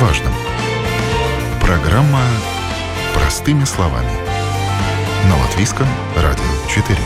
важном. Программа «Простыми словами» на Латвийском радио 4.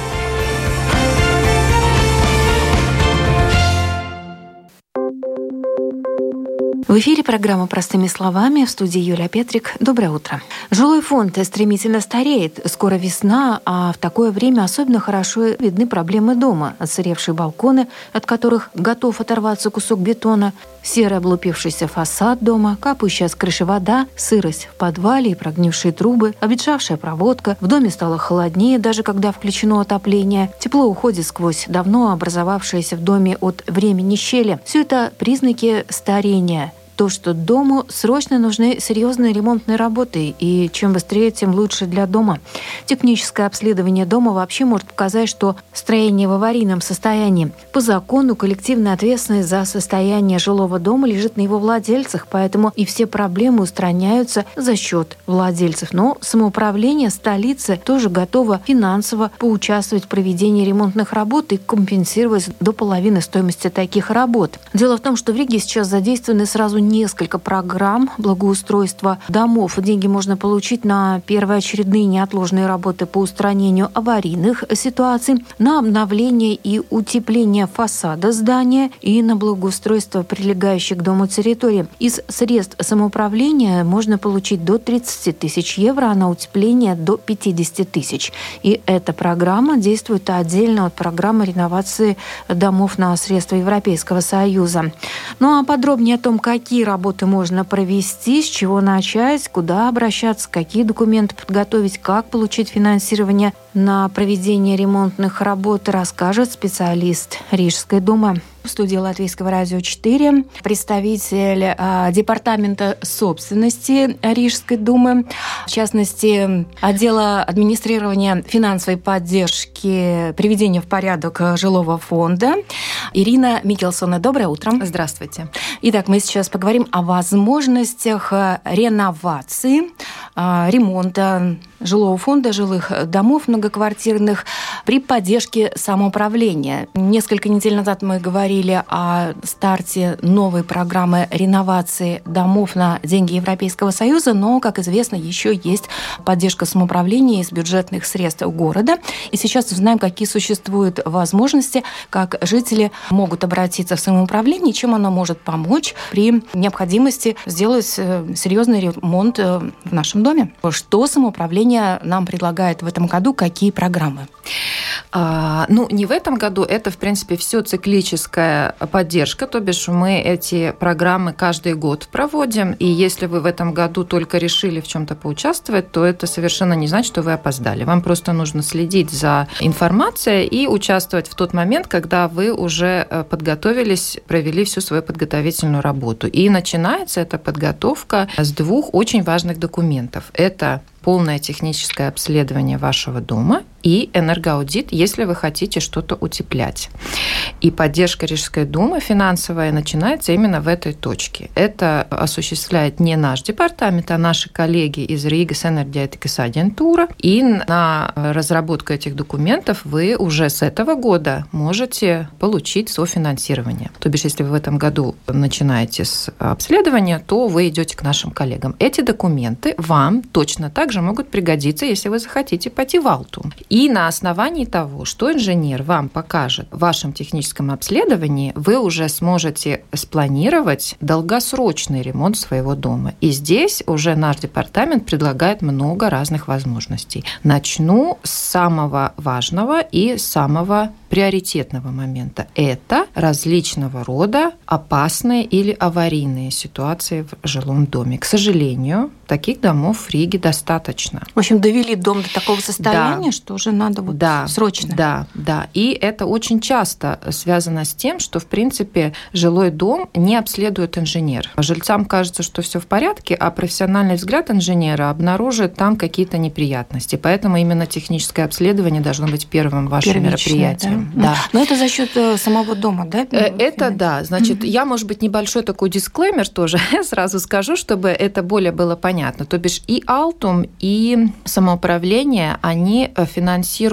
В эфире программа «Простыми словами», в студии Юлия Петрик. Доброе утро. Жилой фонд стремительно стареет. Скоро весна, а в такое время особенно хорошо видны проблемы дома. Отсыревшие балконы, от которых готов оторваться кусок бетона, серый облупившийся фасад дома, капающая с крыши вода, сырость в подвале и прогнившие трубы, обветшавшая проводка. В доме стало холоднее, даже когда включено отопление. Тепло уходит сквозь давно образовавшиеся в доме от времени щели. Все это признаки старения. То, что дому срочно нужны серьезные ремонтные работы, и чем быстрее, тем лучше для дома. Техническое обследование дома вообще может показать, что строение в аварийном состоянии. По закону коллективная ответственность за состояние жилого дома лежит на его владельцах, поэтому и все проблемы устраняются за счет владельцев. Но самоуправление столицы тоже готово финансово поучаствовать в проведении ремонтных работ и компенсировать до половины стоимости таких работ. Дело в том, что в Риге сейчас задействованы сразу несколько программ благоустройства домов. Деньги можно получить на первоочередные неотложные работы по устранению аварийных ситуаций, на обновление и утепление фасада здания и на благоустройство прилегающей к дому территории. Из средств самоуправления можно получить до 30 тысяч евро, а на утепление до 50 тысяч. И эта программа действует отдельно от программы реновации домов на средства Европейского Союза. Ну а подробнее о том, какие работы можно провести, с чего начать, куда обращаться, какие документы подготовить, как получить финансирование на проведение ремонтных работ, расскажет специалист Рижской думы. В студии Латвийского радио 4 представитель Департамента собственности Рижской думы, в частности, отдела администрирования финансовой поддержки приведения в порядок жилого фонда Ирина Микелсона. Доброе утро. Здравствуйте. Итак, мы сейчас поговорим о возможностях реновации, ремонта жилого фонда, жилых домов многоквартирных при поддержке самоуправления. Несколько недель назад мы говорили о старте новой программы реновации домов на деньги Европейского Союза, но, как известно, еще есть поддержка самоуправления из бюджетных средств города. И сейчас узнаем, какие существуют возможности, как жители могут обратиться в самоуправление, чем оно может помочь при необходимости сделать серьезный ремонт в нашем доме. Что самоуправление нам предлагает в этом году, какие программы? Не в этом году, это, в принципе, все циклическая поддержка, то бишь мы эти программы каждый год проводим, и если вы в этом году только решили в чем-то поучаствовать, то это совершенно не значит, что вы опоздали. Вам просто нужно следить за информацией и участвовать в тот момент, когда вы уже подготовились, провели всю свою подготовительную работу. И начинается эта подготовка с двух очень важных документов. Это полное техническое обследование вашего дома и энергоаудит, если вы хотите что-то утеплять. И поддержка Рижской думы финансовая начинается именно в этой точке. Это осуществляет не наш департамент, а наши коллеги из Риgas Enerģētikas агентūra. И на разработку этих документов вы уже с этого года можете получить софинансирование. То бишь, если вы в этом году начинаете с обследования, то вы идете к нашим коллегам. Эти документы вам точно так же могут пригодиться, если вы захотите пойти в Алту. И на основании того, что инженер вам покажет в вашем техническом обследовании, вы уже сможете спланировать долгосрочный ремонт своего дома. И здесь уже наш департамент предлагает много разных возможностей. Начну с самого важного и самого приоритетного момента. Это различного рода опасные или аварийные ситуации в жилом доме. К сожалению, таких домов в Риге достаточно. В общем, довели дом до такого состояния, что уже надо срочно. Да. И это очень часто связано с тем, что, в принципе, жилой дом не обследует инженер. Жильцам кажется, что все в порядке, а профессиональный взгляд инженера обнаружит там какие-то неприятности. Поэтому именно техническое обследование должно быть первым вашим мероприятием. Да. Но это за счет самого дома, да? Это да. Значит, я, может быть, небольшой такой дисклеймер тоже сразу скажу, чтобы это более было понятно. То бишь и Алтум, и самоуправление, они финансируют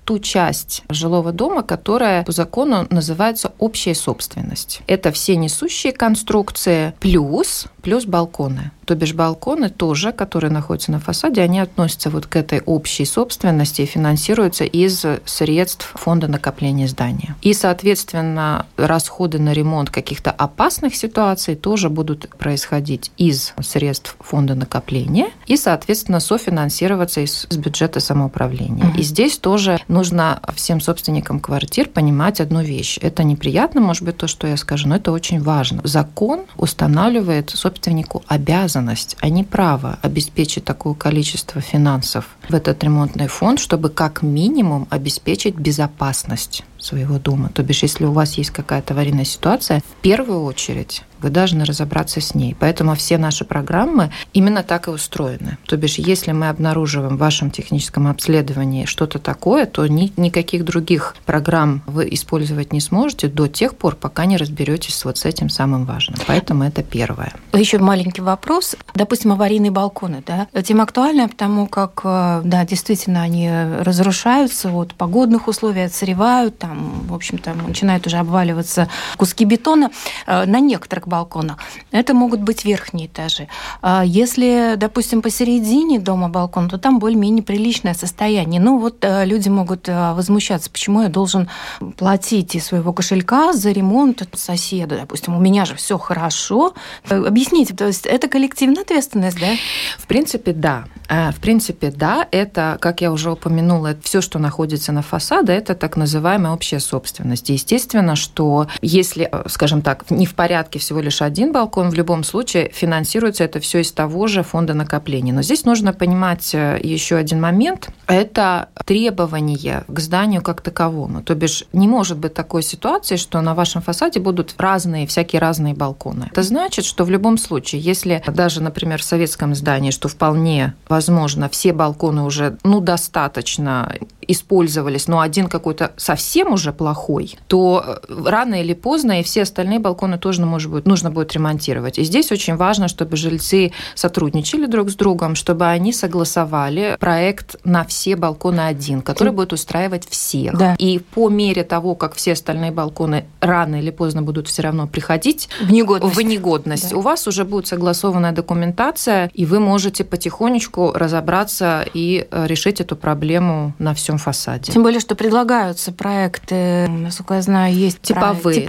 ту часть жилого дома, которая по закону называется общая собственность. Это все несущие конструкции плюс балконы. То бишь балконы тоже, которые находятся на фасаде, они относятся вот к этой общей собственности и финансируются из средств фонда накопления здания. И, соответственно, расходы на ремонт каких-то опасных ситуаций тоже будут происходить из средств фонда накопления и, соответственно, софинансироваться из бюджета самоуправления. И здесь тоже нужно всем собственникам квартир понимать одну вещь. Это неприятно, может быть, то, что я скажу, но это очень важно. Закон устанавливает собственнику обязанность, а не право обеспечить такое количество финансов в этот ремонтный фонд, чтобы как минимум обеспечить безопасность своего дома. То бишь, если у вас есть какая-то аварийная ситуация, в первую очередь вы должны разобраться с ней. Поэтому все наши программы именно так и устроены. То бишь, если мы обнаруживаем в вашем техническом обследовании что-то такое, то никаких других программ вы использовать не сможете до тех пор, пока не разберетесь вот с этим самым важным. Поэтому это первое. Еще маленький вопрос. Допустим, аварийные балконы, да? Тема актуальна, потому как, да, действительно, они разрушаются от погодных условий, отсыревают, там, в общем-то, начинают уже обваливаться куски бетона на некоторых балконах. Это могут быть верхние этажи. Если, допустим, посередине дома балкон, то там более-менее приличное состояние. Ну вот люди могут возмущаться, почему я должен платить из своего кошелька за ремонт соседа. Допустим, у меня же все хорошо. Объясните, то есть это коллективная ответственность, да? В принципе, да. Это, как я уже упомянула, все, что находится на фасаде, это так называемая общая собственность. И естественно, что если, скажем так, не в порядке всего лишь один балкон, в любом случае финансируется это все из того же фонда накопления. Но здесь нужно понимать еще один момент. Это требования к зданию как таковому. То бишь не может быть такой ситуации, что на вашем фасаде будут всякие разные балконы. Это значит, что в любом случае, если даже, например, в советском здании, что вполне возможно, все балконы уже достаточно использовались, но один какой-то совсем уже плохой, то рано или поздно и все остальные балконы тоже нужно будет ремонтировать. И здесь очень важно, чтобы жильцы сотрудничали друг с другом, чтобы они согласовали проект на все балконы один, который будет устраивать всех. Да. И по мере того, как все остальные балконы рано или поздно будут все равно приходить в негодность, да, у вас уже будет согласованная документация, и вы можете потихонечку разобраться и решить эту проблему на всем фасаде. Тем более, что предлагаются проекты, насколько я знаю, есть типовые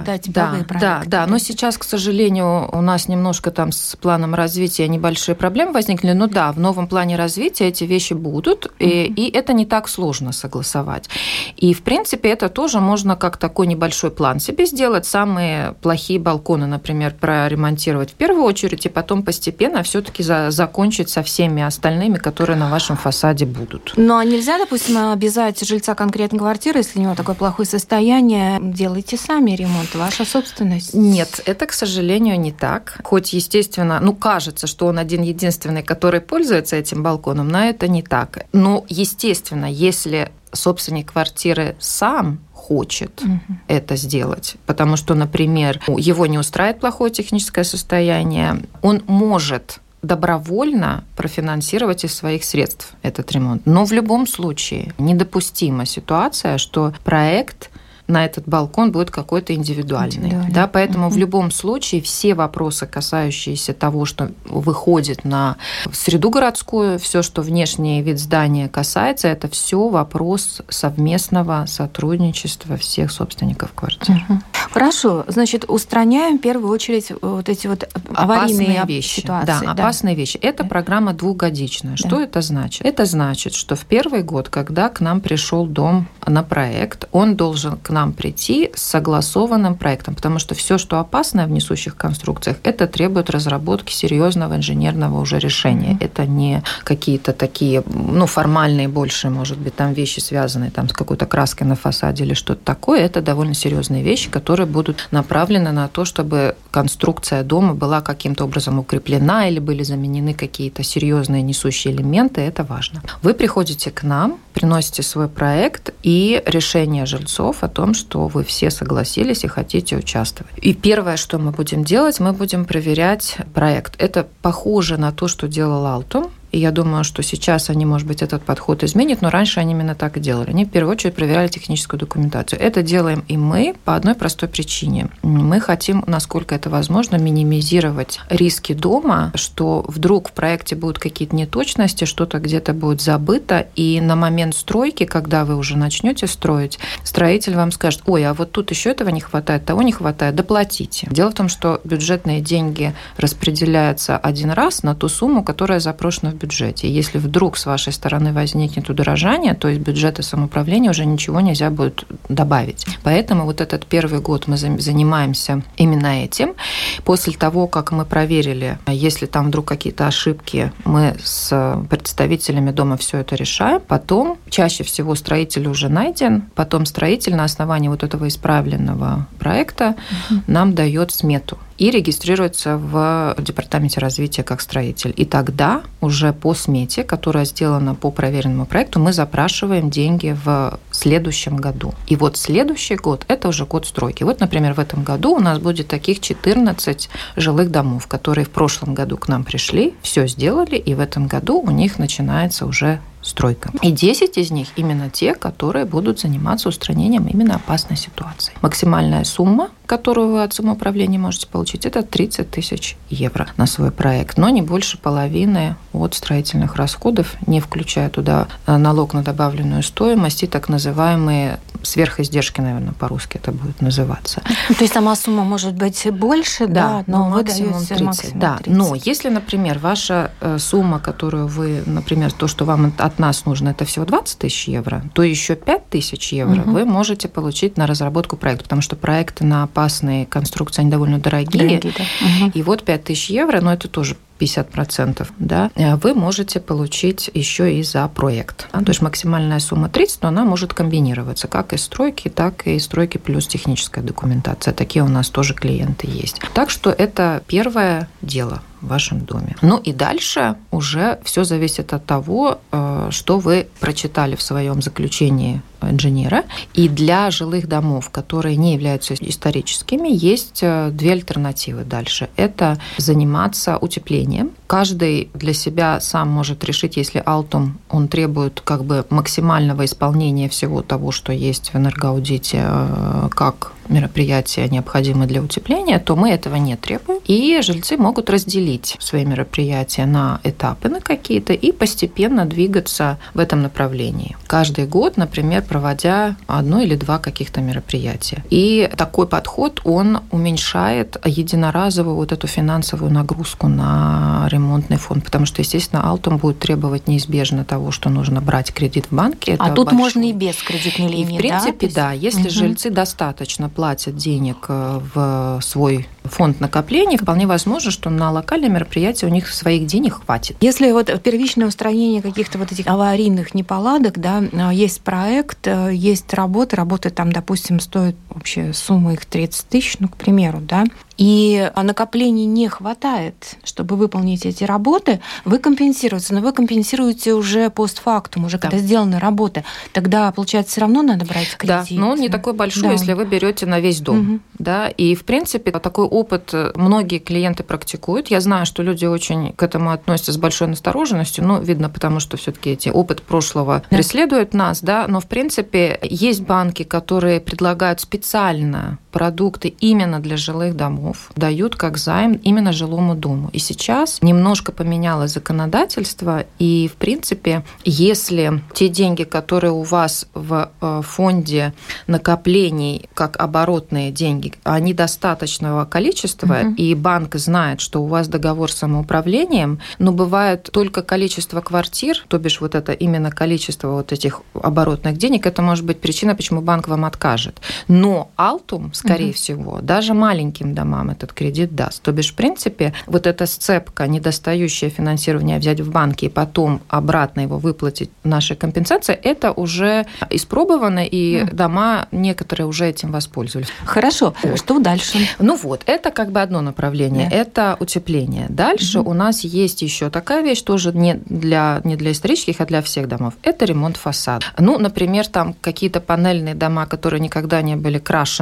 проекты. Да. Но сейчас, к сожалению, у нас немножко там с планом развития небольшие проблемы возникли. Но да, в новом плане развития эти вещи будут, и это не так сложно согласовать. И, в принципе, это тоже можно как такой небольшой план себе сделать. Самые плохие балконы, например, проремонтировать в первую очередь, и потом постепенно все-таки закончить со всеми остальными, которые на вашем фасаде будут. Ну, а нельзя, допустим, обязать жильца конкретной квартиры, если у него такое плохое состояние, делайте сами ремонт, ваша собственность? Нет, это, к сожалению, не так. Хоть, естественно, кажется, что он один-единственный, который пользуется этим балконом, но это не так. Но, естественно, если собственник квартиры сам хочет это сделать, потому что, например, его не устраивает плохое техническое состояние, он может добровольно профинансировать из своих средств этот ремонт. Но в любом случае недопустима ситуация, что проект на этот балкон будет какой-то индивидуальный. Да, поэтому в любом случае все вопросы, касающиеся того, что выходит на среду городскую, все, что внешний вид здания касается, это все вопрос совместного сотрудничества всех собственников квартир. Хорошо, значит, устраняем в первую очередь вот эти вот аварийные ситуации. Да, опасные вещи. Это программа двухгодичная. Что это значит? Это значит, что в первый год, когда к нам пришел дом на проект, он должен к нам прийти с согласованным проектом, потому что все, что опасное в несущих конструкциях, это требует разработки серьезного инженерного уже решения. Это не какие-то такие, формальные больше, может быть, там вещи, связанные там с какой-то краской на фасаде или что-то такое. Это довольно серьезные вещи, которые будут направлены на то, чтобы конструкция дома была каким-то образом укреплена или были заменены какие-то серьезные несущие элементы. Это важно. Вы приходите к нам, приносите свой проект и решение жильцов о том, что вы все согласились и хотите участвовать. И первое, что мы будем делать, мы будем проверять проект. Это похоже на то, что делал Altum. И я думаю, что сейчас они, может быть, этот подход изменят, но раньше они именно так и делали. Они в первую очередь проверяли техническую документацию. Это делаем и мы по одной простой причине. Мы хотим, насколько это возможно, минимизировать риски дома, что вдруг в проекте будут какие-то неточности, что-то где-то будет забыто, и на момент стройки, когда вы уже начнете строить, строитель вам скажет: ой, а вот тут еще этого не хватает, того не хватает, доплатите. Дело в том, что бюджетные деньги распределяются один раз на ту сумму, которая запрошена в бюджете. И если вдруг с вашей стороны возникнет удорожание, то из бюджета самоуправления уже ничего нельзя будет добавить. Поэтому вот этот первый год мы занимаемся именно этим. После того, как мы проверили, если там вдруг какие-то ошибки, мы с представителями дома все это решаем. Потом чаще всего строитель уже найден, потом строитель на основании вот этого исправленного проекта нам дает смету и регистрируется в департаменте развития как строитель. И тогда уже по смете, которая сделана по проверенному проекту, мы запрашиваем деньги в следующем году. И вот следующий год – это уже год стройки. Вот, например, в этом году у нас будет таких 14 жилых домов, которые в прошлом году к нам пришли, все сделали, и в этом году у них начинается уже стройка. И 10 из них именно те, которые будут заниматься устранением именно опасной ситуации. Максимальная сумма, которую вы от самоуправления можете получить, это 30 тысяч евро на свой проект, но не больше половины от строительных расходов, не включая туда налог на добавленную стоимость и так называемые сверхиздержки, наверное, по-русски это будет называться. То есть сама сумма может быть больше, да, но максимум 30. Да, 30. Но если, например, ваша сумма, которую вы, например, то, что вам от нас нужно, это всего 20 тысяч евро, то еще 5 тысяч евро вы можете получить на разработку проекта, потому что проекты на опасные конструкции, они довольно дорогие. И вот 5 тысяч евро, но это тоже 50%, да, вы можете получить еще и за проект. То есть максимальная сумма 30, но она может комбинироваться как из стройки, так и из стройки плюс техническая документация. Такие у нас тоже клиенты есть. Так что это первое дело в вашем доме. Ну и дальше уже все зависит от того, что вы прочитали в своем заключении инженера. И для жилых домов, которые не являются историческими, есть две альтернативы дальше. Это заниматься утеплением. Каждый для себя сам может решить, если Altum, он требует как бы максимального исполнения всего того, что есть в энергоаудите, как мероприятия необходимы для утепления, то мы этого не требуем. И жильцы могут разделить свои мероприятия на этапы на какие-то и постепенно двигаться в этом направлении. Каждый год, например, проводя одно или два каких-то мероприятия. И такой подход, он уменьшает единоразовую вот эту финансовую нагрузку на ремонтный фонд, потому что, естественно, Altum будет требовать неизбежно того, что нужно брать кредит в банке. А тут можно и без кредитной линии, в принципе, да? Если жильцы достаточно платят денег в свой фонд накоплений, вполне возможно, что на локальные мероприятия у них своих денег хватит. Если вот первичное устранение каких-то вот этих аварийных неполадок, да, есть проект, есть работы там, допустим, стоит общая сумма их 30 тысяч, ну, к примеру, да, и накоплений не хватает, чтобы выполнить эти работы, вы компенсируете, но вы компенсируете уже постфактум, уже когда сделаны работы. Тогда, получается, все равно надо брать кредит. Да, но он не такой большой, если вы берете на весь дом. Да, и, в принципе, такой опыт многие клиенты практикуют. Я знаю, что люди очень к этому относятся с большой настороженностью, ну, видно, потому что все-таки эти опыт прошлого преследует нас, да, но, в принципе, есть банки, которые предлагают специально продукты именно для жилых домов, дают как займ именно жилому дому. И сейчас немножко поменялось законодательство, и, в принципе, если те деньги, которые у вас в фонде накоплений, как оборотные деньги, они достаточного количества, и банк знает, что у вас договор с самоуправлением, но бывает только количество квартир, то бишь вот это именно количество вот этих оборотных денег, это может быть причина, почему банк вам откажет. Но Altum, скорее всего, даже маленьким домам этот кредит даст. То бишь, в принципе, вот эта сцепка, недостающее финансирование взять в банке и потом обратно его выплатить нашей компенсации, это уже испробовано, и дома некоторые уже этим воспользовались. Хорошо. Что дальше? Ну вот, это как бы одно направление, это утепление. Дальше у нас есть еще такая вещь, тоже не для исторических, а для всех домов. Это ремонт фасада. Ну, например, там какие-то панельные дома, которые никогда не были крашены,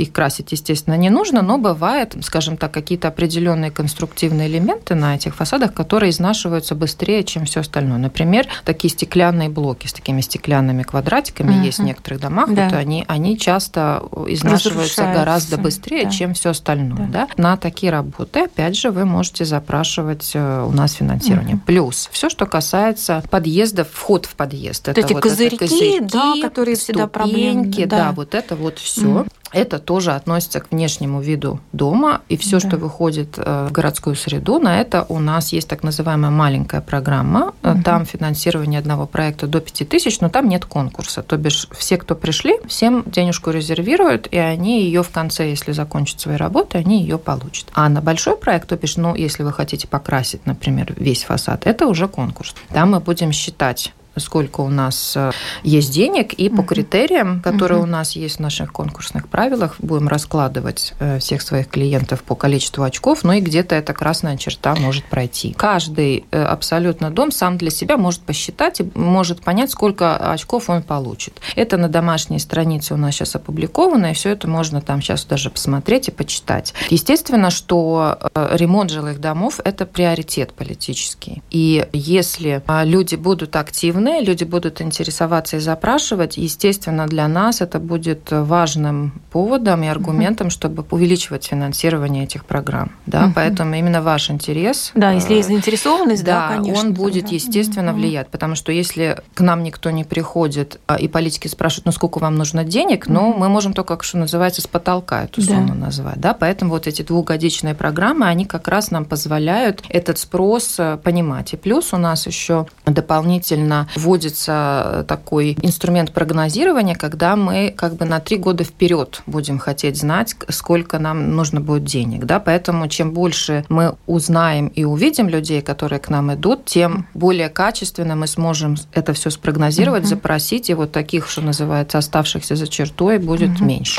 их красить, естественно, не нужно, но бывает, скажем так, какие-то определенные конструктивные элементы на этих фасадах, которые изнашиваются быстрее, чем все остальное. Например, такие стеклянные блоки с такими стеклянными квадратиками есть в некоторых домах, вот они часто изнашиваются гораздо быстрее, чем все остальное. Да. На такие работы, опять же, вы можете запрашивать у нас финансирование. Плюс все, что касается подъездов, вход в подъезд. Это вот козырьки, которые всегда проблемные. Да, вот это вот все. Это тоже относится к внешнему виду дома, и все, что выходит в городскую среду, на это у нас есть так называемая маленькая программа. Там финансирование одного проекта до 5000, но там нет конкурса. То бишь все, кто пришли, всем денежку резервируют, и они ее в конце, если закончат свои работы, они ее получат. А на большой проект, то бишь, если вы хотите покрасить, например, весь фасад, это уже конкурс. Там мы будем считать, сколько у нас есть денег, и по критериям, которые у нас есть в наших конкурсных правилах, будем раскладывать всех своих клиентов по количеству очков, и где-то эта красная черта может пройти. Каждый абсолютно дом сам для себя может посчитать и может понять, сколько очков он получит. Это на домашней странице у нас сейчас опубликовано, и все это можно там сейчас даже посмотреть и почитать. Естественно, что ремонт жилых домов – это приоритет политический. И если люди будут активны, люди будут интересоваться и запрашивать, естественно, для нас это будет важным поводом и аргументом, чтобы увеличивать финансирование этих программ. Да? Поэтому именно ваш интерес... Да, если есть заинтересованность, конечно. Он будет, естественно, влиять, потому что если к нам никто не приходит, и политики спрашивают, сколько вам нужно денег, мы можем только, что называется, с потолка эту сумму назвать. Да? Поэтому вот эти двухгодичные программы, они как раз нам позволяют этот спрос понимать. И плюс у нас еще дополнительно вводится такой инструмент прогнозирования, когда мы на 3 года вперед будем хотеть знать, сколько нам нужно будет денег. Да? Поэтому чем больше мы узнаем и увидим людей, которые к нам идут, тем более качественно мы сможем это все спрогнозировать, запросить, и вот таких, что называется, оставшихся за чертой будет меньше.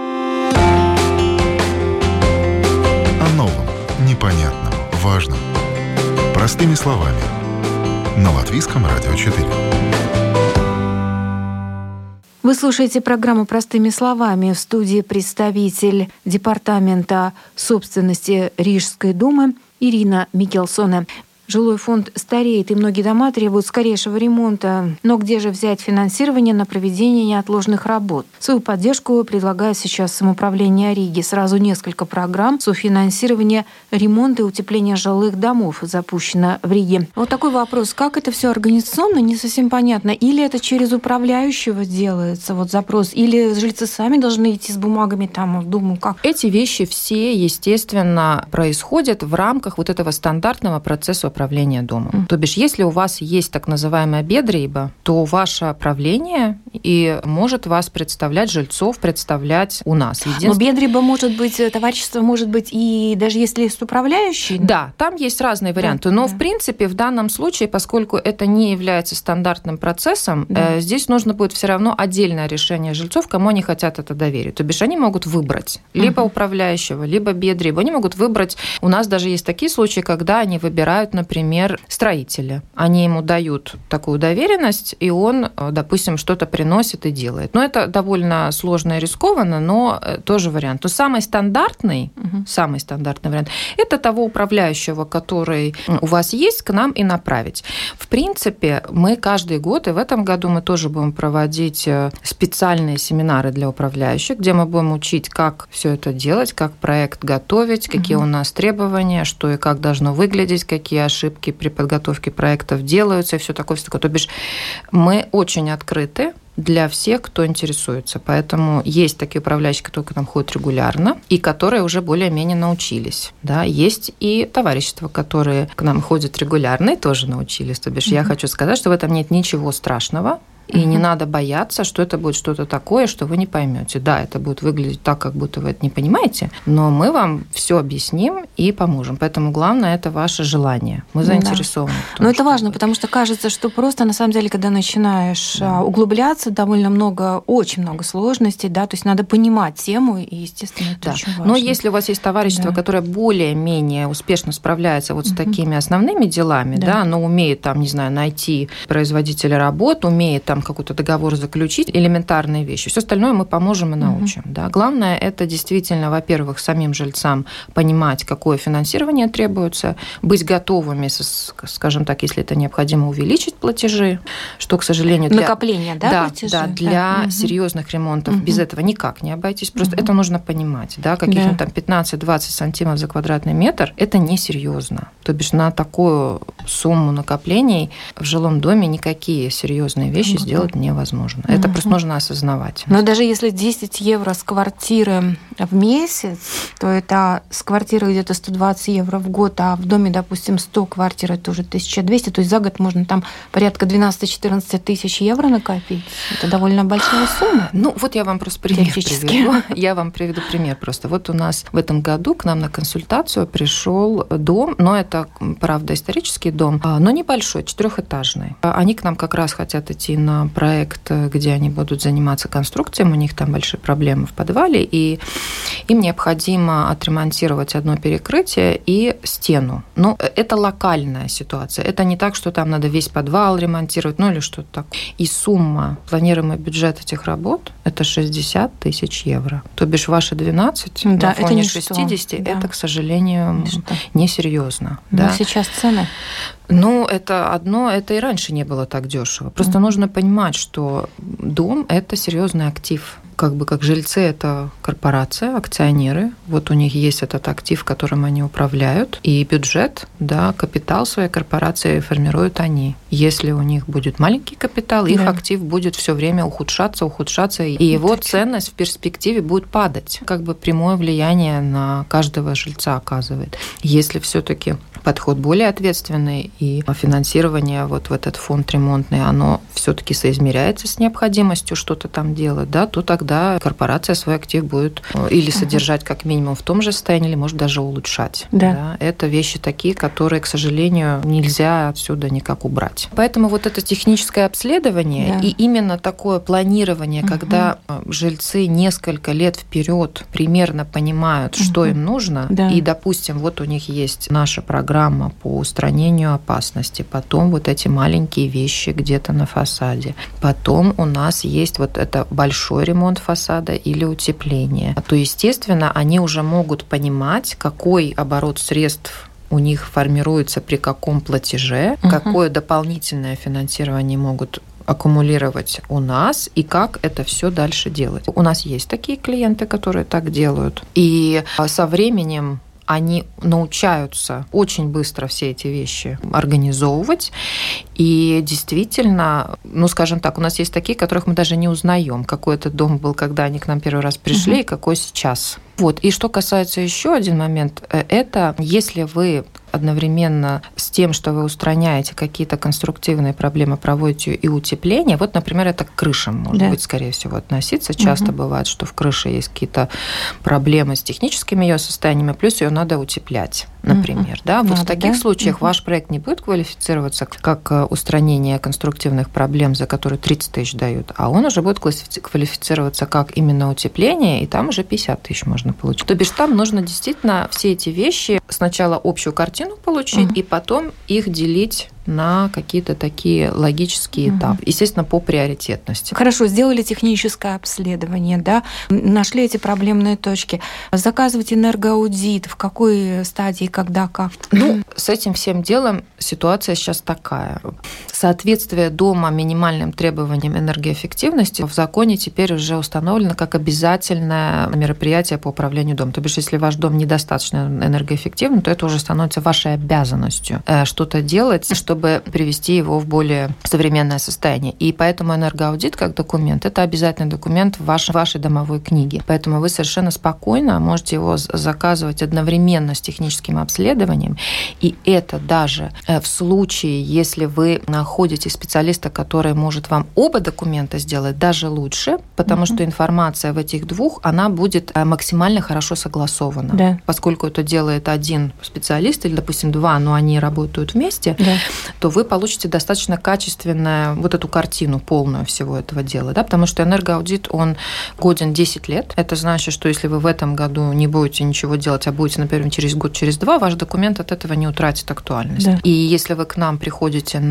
О новом, непонятном, важном. Простыми словами. На Латвийском радио 4. Вы слушаете программу «Простыми словами». В студии представитель Департамента собственности Рижской думы Ирина Микелсоне. Жилой фонд стареет, и многие дома требуют скорейшего ремонта. Но где же взять финансирование на проведение неотложных работ? Свою поддержку предлагает сейчас самоуправление Риги. Сразу несколько программ софинансирования ремонта и утепления жилых домов запущено в Риге. Вот такой вопрос. Как это все организационно, не совсем понятно. Или это через управляющего делается запрос, или жильцы сами должны идти с бумагами в Думу? Как? Эти вещи все, естественно, происходят в рамках этого стандартного процесса управления домом. То бишь, если у вас есть так называемая бедрейба, то ваше правление и может вас представлять, жильцов представлять у нас. Но бедрейба может быть, товарищество может быть и даже если есть управляющий? Да, там есть разные варианты. Но, в принципе, в данном случае, поскольку это не является стандартным процессом, здесь нужно будет все равно отдельное решение жильцов, кому они хотят это доверить. То бишь, они могут выбрать либо управляющего, либо бедрейбу. Они могут выбрать, у нас даже есть такие случаи, когда они выбирают, например, строителя. Они ему дают такую доверенность, и он, допустим, что-то приносит и делает. Но это довольно сложно и рискованно, но тоже вариант. Но самый стандартный вариант – это того управляющего, который у вас есть, к нам и направить. В принципе, мы каждый год, и в этом году мы тоже будем проводить специальные семинары для управляющих, где мы будем учить, как все это делать, как проект готовить, какие у нас требования, что и как должно выглядеть, какие ошибки при подготовке проектов делаются и все такое. То бишь мы очень открыты для всех, кто интересуется. Поэтому есть такие управляющие, которые к нам ходят регулярно и которые уже более-менее научились. Да? Есть и товарищества, которые к нам ходят регулярно и тоже научились. То бишь я хочу сказать, что в этом нет ничего страшного. И не надо бояться, что это будет что-то такое, что вы не поймете. Да, это будет выглядеть так, как будто вы это не понимаете, но мы вам все объясним и поможем. Поэтому главное – это ваше желание. Мы заинтересованы. Но это важно, потому что кажется, что просто на самом деле, когда начинаешь углубляться, довольно много, очень много сложностей, да, то есть надо понимать тему, и, естественно, это очень важно. Но если у вас есть товарищество, которое более-менее успешно справляется с такими основными делами, да, оно умеет, найти производителя работ, умеет там какой-то договор заключить, элементарные вещи. Все остальное мы поможем и научим. Да. Главное, это действительно, во-первых, самим жильцам понимать, какое финансирование требуется, быть готовыми, скажем так, если это необходимо, увеличить платежи, что, к сожалению... Накопление, платежи? Да, для серьезных ремонтов без этого никак не обойтись. Просто это нужно понимать. Да, каких-нибудь там 15-20 сантимов за квадратный метр, это несерьезно. То бишь на такую сумму накоплений в жилом доме никакие серьезные вещи сделать невозможно. Это просто нужно осознавать. Но даже если 10 евро с квартиры в месяц, то это с квартиры где-то 120 евро в год, а в доме, допустим, 100 квартир, это уже 1200, то есть за год можно там порядка 12-14 тысяч евро накопить. Это довольно большая сумма. Ну, вот я вам просто пример приведу. Я вам приведу пример просто. Вот у нас в этом году к нам на консультацию пришел дом, но это, правда, исторический дом, но небольшой, 4-этажный. Они к нам как раз хотят идти на проект, где они будут заниматься конструкцией, у них там большие проблемы в подвале, и им необходимо отремонтировать одно перекрытие и стену. Но это локальная ситуация. Это не так, что там надо весь подвал ремонтировать, ну или что-то такое. И сумма, планируемый бюджет этих работ, это 60 тысяч евро. То бишь ваши 12 на фоне 60, это, к сожалению, несерьезно. Но сейчас цены... Ну, это одно, это и раньше не было так дешево. Просто нужно понимать, что дом – это серьезный актив. Как жильцы – это корпорация, акционеры. Вот у них есть этот актив, которым они управляют. И бюджет, капитал своей корпорации формируют они. Если у них будет маленький капитал, их актив будет все время ухудшаться, и его ценность в перспективе будет падать. Прямое влияние на каждого жильца оказывает. Если все-таки подход более ответственный, и финансирование вот в этот фонд ремонтный, оно все-таки соизмеряется с необходимостью что-то там делать, то тогда корпорация свой актив будет или содержать как минимум в том же состоянии, или может даже улучшать. Да. Это вещи такие, которые, к сожалению, нельзя отсюда никак убрать. Поэтому вот это техническое обследование и именно такое планирование, когда жильцы несколько лет вперед примерно понимают, что им нужно, и, допустим, вот у них есть наша программа по устранению опасности, потом вот эти маленькие вещи где-то на фасаде, потом у нас есть вот это большой ремонт фасада или утепление, то, естественно, они уже могут понимать, какой оборот средств у них формируется при каком платеже, какое дополнительное финансирование могут аккумулировать у нас и как это все дальше делать. У нас есть такие клиенты, которые так делают, и со временем они научаются очень быстро все эти вещи организовывать. И действительно, скажем так, у нас есть такие, которых мы даже не узнаем, какой этот дом был, когда они к нам первый раз пришли, и какой сейчас. Вот. И что касается еще один момент, это если вы одновременно с тем, что вы устраняете какие-то конструктивные проблемы, проводите и утепление. Вот, например, это к крышам может быть, скорее всего, относиться. Часто бывает, что в крыше есть какие-то проблемы с техническими ее состояниями, плюс ее надо утеплять, например. Вот в таких случаях ваш проект не будет квалифицироваться как устранение конструктивных проблем, за которые 30 тысяч дают, а он уже будет квалифицироваться как именно утепление, и там уже 50 тысяч можно получить. То бишь там нужно действительно все эти вещи, сначала общую картину получить, и потом их делить на какие-то такие логические этапы. Естественно, по приоритетности. Хорошо, сделали техническое обследование, нашли эти проблемные точки. Заказывать энергоаудит, в какой стадии, когда, как? С этим всем делом ситуация сейчас такая. Соответствие дома минимальным требованиям энергоэффективности в законе теперь уже установлено как обязательное мероприятие по управлению домом. То бишь, если ваш дом недостаточно энергоэффективный, то это уже становится вашей обязанностью что-то делать, чтобы привести его в более современное состояние. И поэтому энергоаудит как документ – это обязательный документ в вашей домовой книге. Поэтому вы совершенно спокойно можете его заказывать одновременно с техническим обследованием. И это даже в случае, если вы находите специалиста, который может вам оба документа сделать, даже лучше, потому что информация в этих двух, она будет максимально хорошо согласована. Поскольку это делает один специалист или, допустим, два, но они работают вместе, то вы получите достаточно качественную вот эту картину полную всего этого дела. Потому что энергоаудит, он годен 10 лет. Это значит, что если вы в этом году не будете ничего делать, а будете, например, через год, через два, ваш документ от этого не утратит актуальность. И если вы к нам приходите именно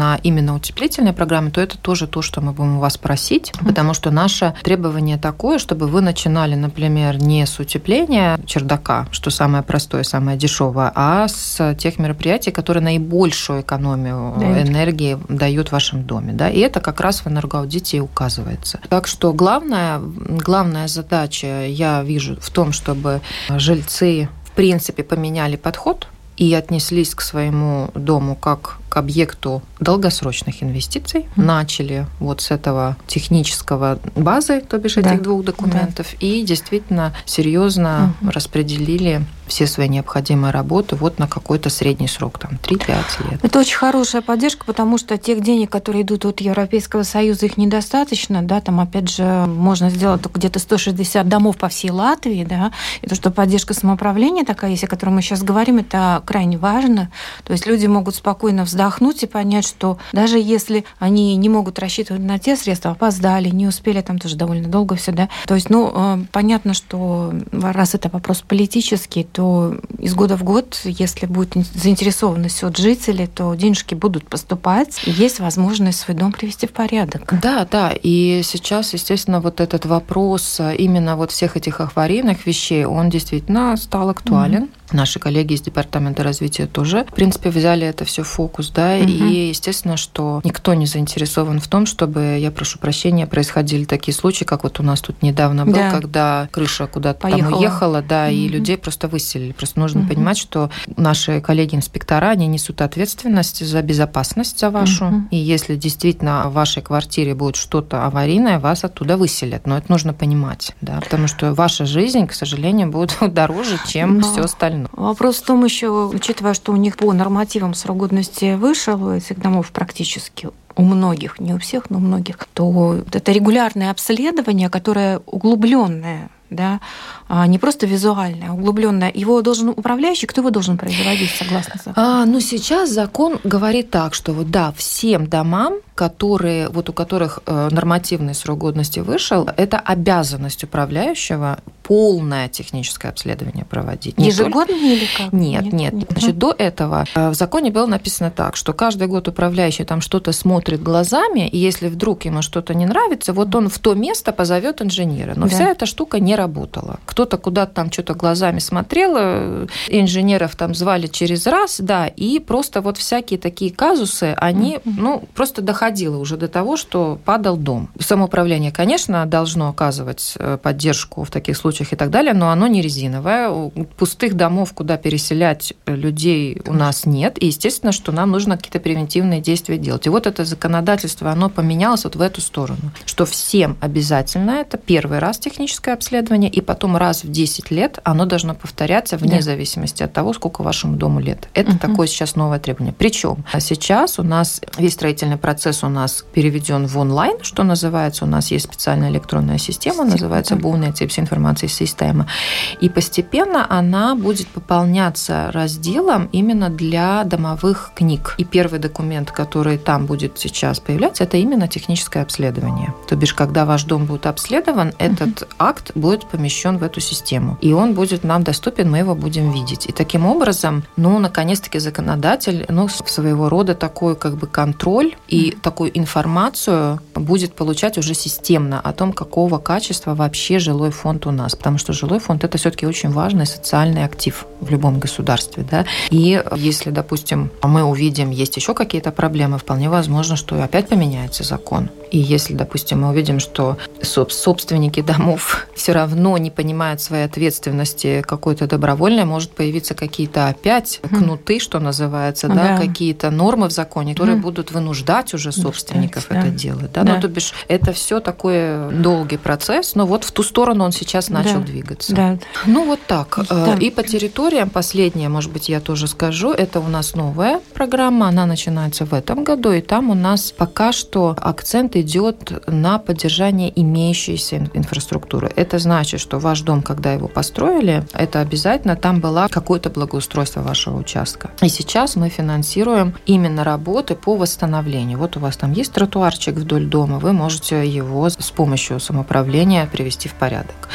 именно утеплительные программы, то это тоже то, что мы будем у вас просить, потому что наше требование такое, чтобы вы начинали, например, не с утепления чердака, что самое простое, самое дешевое, а с тех мероприятий, которые наибольшую экономию энергии дают в вашем доме. Да? И это как раз в энергоаудите и указывается. Так что главная задача, я вижу, в том, чтобы жильцы, в принципе, поменяли подход и отнеслись к своему дому как к объекту долгосрочных инвестиций, начали вот с этого технического базы, то бишь этих двух документов, и действительно серьезно распределили все свои необходимые работы вот на какой-то средний срок, там 3-5 лет. Это очень хорошая поддержка, потому что тех денег, которые идут от Европейского Союза, их недостаточно, да, там опять же можно сделать только где-то 160 домов по всей Латвии, да, и то, что поддержка самоуправления такая есть, о которой мы сейчас говорим, это крайне важно, то есть люди могут спокойно вздохнуть и понять, что даже если они не могут рассчитывать на те средства, опоздали, не успели, там тоже довольно долго все, да, то есть, понятно, что раз это вопрос политический, то из года в год, если будет заинтересованность от жителей, то денежки будут поступать, и есть возможность свой дом привести в порядок. Да, и сейчас, естественно, вот этот вопрос именно вот всех этих аварийных вещей, он действительно стал актуален. Наши коллеги из Департамента развития тоже, в принципе, взяли это все в фокус, да, и, естественно, что никто не заинтересован в том, чтобы, я прошу прощения, происходили такие случаи, как вот у нас тут недавно был, когда крыша куда-то там уехала, да, и людей просто выселили. Просто нужно понимать, что наши коллеги-инспектора, они несут ответственность за безопасность за вашу, и если действительно в вашей квартире будет что-то аварийное, вас оттуда выселят. Но это нужно понимать, да, потому что ваша жизнь, к сожалению, будет дороже, чем все остальное. Вопрос в том еще, учитывая, что у них по нормативам срок годности вышел у этих домов практически, у многих, не у всех, но у многих, то это регулярное обследование, которое углубленное, да, не просто визуальное, а углубленное. Его должен управляющий, кто его должен производить, согласно закону? Сейчас закон говорит так, что вот да, всем домам, которые, вот у которых нормативный срок годности вышел, это обязанность управляющего полное техническое обследование проводить. Ежегодно или как? Нет. Значит, до этого в законе было написано так, что каждый год управляющий там что-то смотрит глазами, и если вдруг ему что-то не нравится, вот он в то место позовет инженера. Но вся эта штука не работала. Кто-то куда-то там что-то глазами смотрел, инженеров там звали через раз, да, и просто вот всякие такие казусы, они, просто доходило уже до того, что падал дом. Самоуправление, конечно, должно оказывать поддержку в таких случаях и так далее, но оно не резиновое. Пустых домов, куда переселять людей, у нас нет. И, естественно, что нам нужно какие-то превентивные действия делать. И вот это законодательство, оно поменялось вот в эту сторону, что всем обязательно это первый раз техническое обследование, и потом раз в 10 лет оно должно повторяться вне зависимости от того, сколько вашему дому лет. Это такое сейчас новое требование. Причем сейчас у нас весь строительный процесс у нас переведен в онлайн, что называется. У нас есть специальная электронная система, называется «Бунная цепь информации система». И постепенно она будет пополняться разделом именно для домовых книг. И первый документ, который там будет сейчас появляться, это именно техническое обследование. То бишь, когда ваш дом будет обследован, этот акт будет помещен в эту систему. И он будет нам доступен, мы его будем видеть. И таким образом, наконец-таки законодатель, своего рода такой как бы контроль и такую информацию будет получать уже системно о том, какого качества вообще жилой фонд у нас. Потому что жилой фонд – это все-таки очень важный социальный актив в любом государстве. Да? И если, допустим, мы увидим, есть еще какие-то проблемы, вполне возможно, что опять поменяется закон. И если, допустим, мы увидим, что собственники домов все равно не понимают своей ответственности какой-то добровольной, может появиться какие-то опять кнуты, что называется, какие-то нормы в законе, которые будут вынуждать уже собственников это делать. Да? То бишь, это все такой долгий процесс, но вот в ту сторону он сейчас начал двигаться. Да. Вот так. И по территориям, последнее, может быть, я тоже скажу, это у нас новая программа, она начинается в этом году, и там у нас пока что акцент идет на поддержание имеющейся инфраструктуры. Это значит, что ваш дом, когда его построили, это обязательно там было какое-то благоустройство вашего участка. И сейчас мы финансируем именно работы по восстановлению. Вот у вас там есть тротуарчик вдоль дома, вы можете его с помощью самоуправления привести в порядок.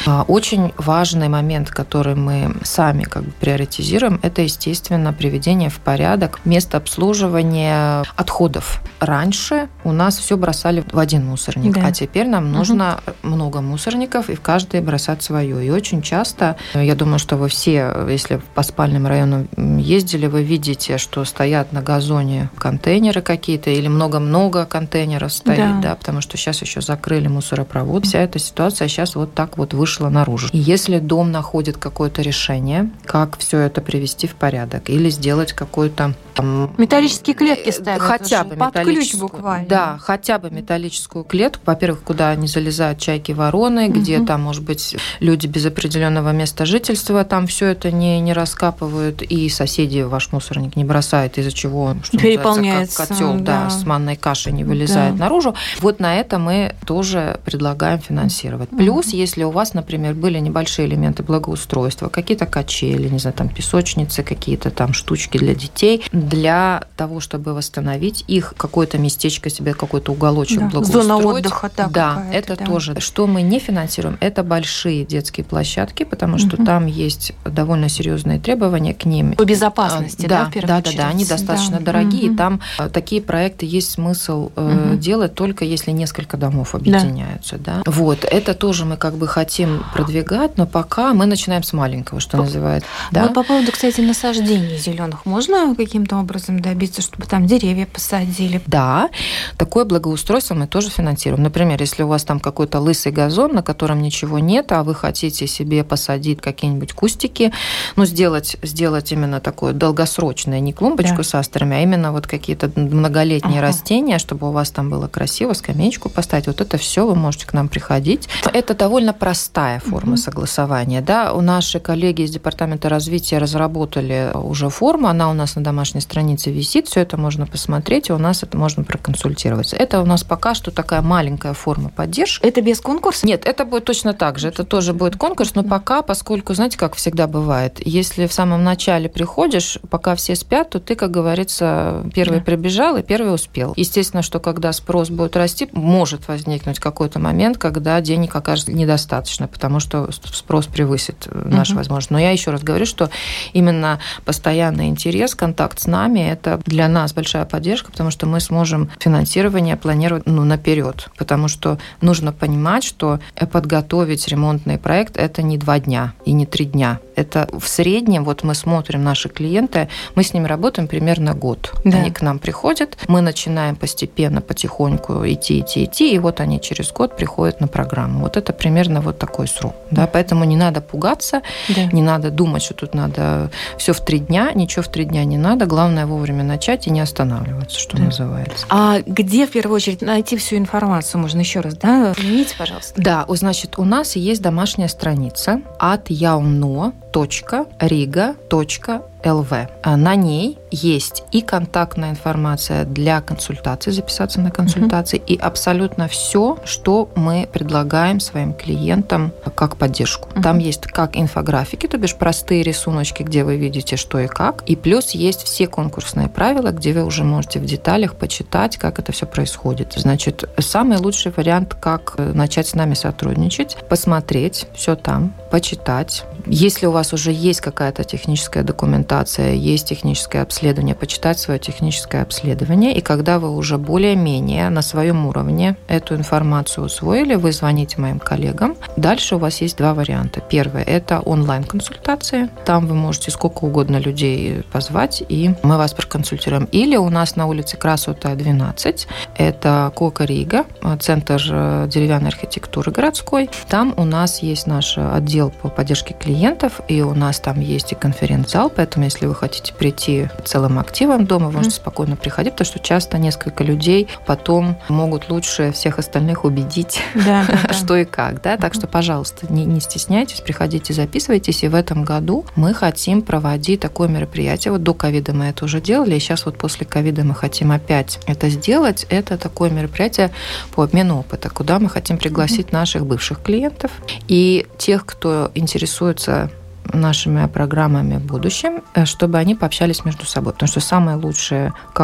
Очень важный момент, который мы сами приоритизируем, это, естественно, приведение в порядок места обслуживания отходов. Раньше у нас все бросали в один мусорник, а теперь нам нужно много мусорников, и в каждый бросать свое. И очень часто, я думаю, что вы все, если по спальным районам ездили, вы видите, что стоят на газоне контейнеры какие-то, или много-много контейнеров стоит, потому что сейчас еще закрыли мусоропровод. Вся эта ситуация сейчас вот так вот вышла наружу. И если дом находит какое-то решение, как все это привести в порядок, или сделать какой-то металлические клетки ставят. Хотя бы под ключ буквально. Да, хотя бы металлическую клетку. Во-первых, куда не залезают чайки-вороны, где там, может быть, люди без определенного места жительства, там все это не раскапывают, и соседи ваш мусорник не бросают, из-за чего, что переполняется, как котел с манной кашей не вылезает наружу. Вот на это мы тоже предлагаем финансировать. Плюс, если у вас, например, были небольшие элементы благоустройства, какие-то качели, не знаю, там песочницы, какие-то там штучки для детей, для того, чтобы восстановить их, какое-то местечко себе, какой-то уголочек благоустроить. Зона отдыха, это тоже. Что мы не финансируем, это большие детские площадки, потому что там есть довольно серьезные требования к ним. По безопасности, в первую очередь. Да, они достаточно дорогие, и там такие проекты есть смысл делать только если несколько домов объединяются. Да. Вот, это тоже мы хотим продвигать, но пока мы начинаем с маленького, что называется. Да? Вот по поводу, кстати, насаждений зеленых, можно каким-то образом добиться, чтобы там деревья посадили? Да, такое благоустройство мы тоже финансируем. Например, если у вас там какой-то лысый газон, на котором ничего нет, а вы хотите себе посадить какие-нибудь кустики, сделать именно такое долгосрочное, не клумбочку с астрами, а именно вот какие-то многолетние растения, чтобы у вас там было красиво, скамеечку поставить. Вот это все вы можете к нам приходить. Это довольно простая форма согласования. Да? Наши коллеги из Департамента развития разработали уже форму, она у нас на домашней странице висит, все это можно посмотреть, и у нас это можно проконсультироваться. Это у нас пока что такая маленькая форма поддержки. Это без конкурса? Нет, это будет точно так же. Это тоже будет конкурс, но пока, поскольку, знаете, как всегда бывает, если в самом начале приходишь, пока все спят, то ты, как говорится, первый прибежал и первый успел. Естественно, что когда спрос будет расти, может возникнуть какой-то момент, когда денег окажется недостаточно, потому что спрос превысит наши возможности. Но я еще раз говорю, что именно постоянный интерес, контакт с нами, это для нас большая поддержка, потому что мы сможем финансирование планировать наперед, потому что нужно понимать, что подготовить ремонтный проект – это не 2 дня и не 3 дня. Это в среднем, вот мы смотрим наши клиенты, мы с ними работаем примерно год. Они к нам приходят, мы начинаем постепенно, потихоньку идти, и вот они через год приходят на программу. Вот это примерно вот такой срок. Да? Поэтому не надо пугаться, не надо думать, что тут надо все в 3 дня, ничего в 3 дня не надо, главное вовремя начать и не останавливаться, что называется. А где в первую очередь найти всю информацию? Можно еще раз, Извините, пожалуйста. Да, значит, у нас есть домашняя страница atjauno.riga.lv. На ней есть и контактная информация для консультации, записаться на консультации, и абсолютно все, что мы предлагаем своим клиентам как поддержку. Там есть как инфографики, то бишь простые рисуночки, где вы видите, что и как, и плюс есть все конкурсные правила, где вы уже можете в деталях почитать, как это все происходит. Значит, самый лучший вариант, как начать с нами сотрудничать, посмотреть все там, почитать. Если у вас уже есть какая-то техническая документация, есть техническое обследование, почитать свое техническое обследование, и когда вы уже более-менее на своем уровне эту информацию усвоили, вы звоните моим коллегам. Дальше у вас есть 2 варианта. Первый – это онлайн-консультации. Там вы можете сколько угодно людей позвать, и мы вас проконсультируем. Или у нас на улице Красота, 12. Это Кока Рига, центр деревянной архитектуры городской. Там у нас есть наш отдел по поддержке клиентов, и у нас там есть и конференц-зал, поэтому если вы хотите прийти целым активом дома, вы можете спокойно приходить, потому что часто несколько людей потом могут лучше всех остальных убедить, что и как. Да? Так что, пожалуйста, не стесняйтесь, приходите, записывайтесь. И в этом году мы хотим проводить такое мероприятие. Вот до ковида мы это уже делали, и сейчас вот после ковида мы хотим опять это сделать. Это такое мероприятие по обмену опыта, куда мы хотим пригласить наших бывших клиентов и тех, кто интересуется нашими программами в будущем, чтобы они пообщались между собой. Потому что самое лучшее, как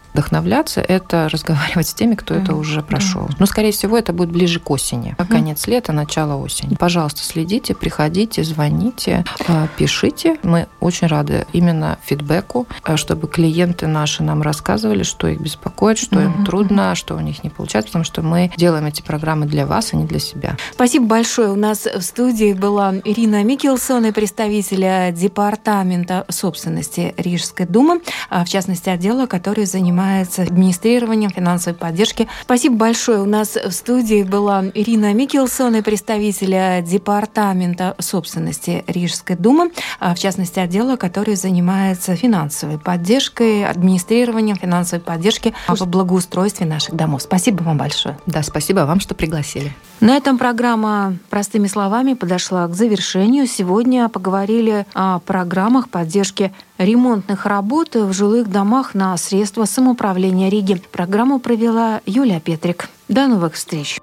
вдохновляться, это разговаривать с теми, кто это уже прошел. Но, скорее всего, это будет ближе к осени. Конец лета, начало осени. Пожалуйста, следите, приходите, звоните, пишите. Мы очень рады именно фидбэку, чтобы клиенты наши нам рассказывали, что их беспокоит, что им трудно, что у них не получается, потому что мы делаем эти программы для вас, а не для себя. Спасибо большое. У нас в студии была Ирина Микелсон, представитель Департамента собственности Рижской думы, в частности, отдела, который занимается администрированием финансовой поддержки. Спасибо большое. У нас в студии была Ирина Микелсон, представитель Департамента собственности Рижской думы, в частности, отдела, который занимается финансовой поддержкой, администрированием финансовой поддержки в благоустройстве наших домов. Спасибо вам большое. Да, спасибо вам, что пригласили. На этом программа «Простыми словами» подошла к завершению. Сегодня поговорили о программах поддержки ремонтных работ в жилых домах на средства самоуправления Риги. Программу провела Юлия Петрик. До новых встреч.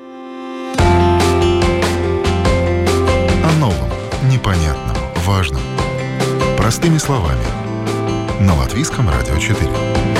О новом, непонятном, важном. Простыми словами. На Латвийском радио 4.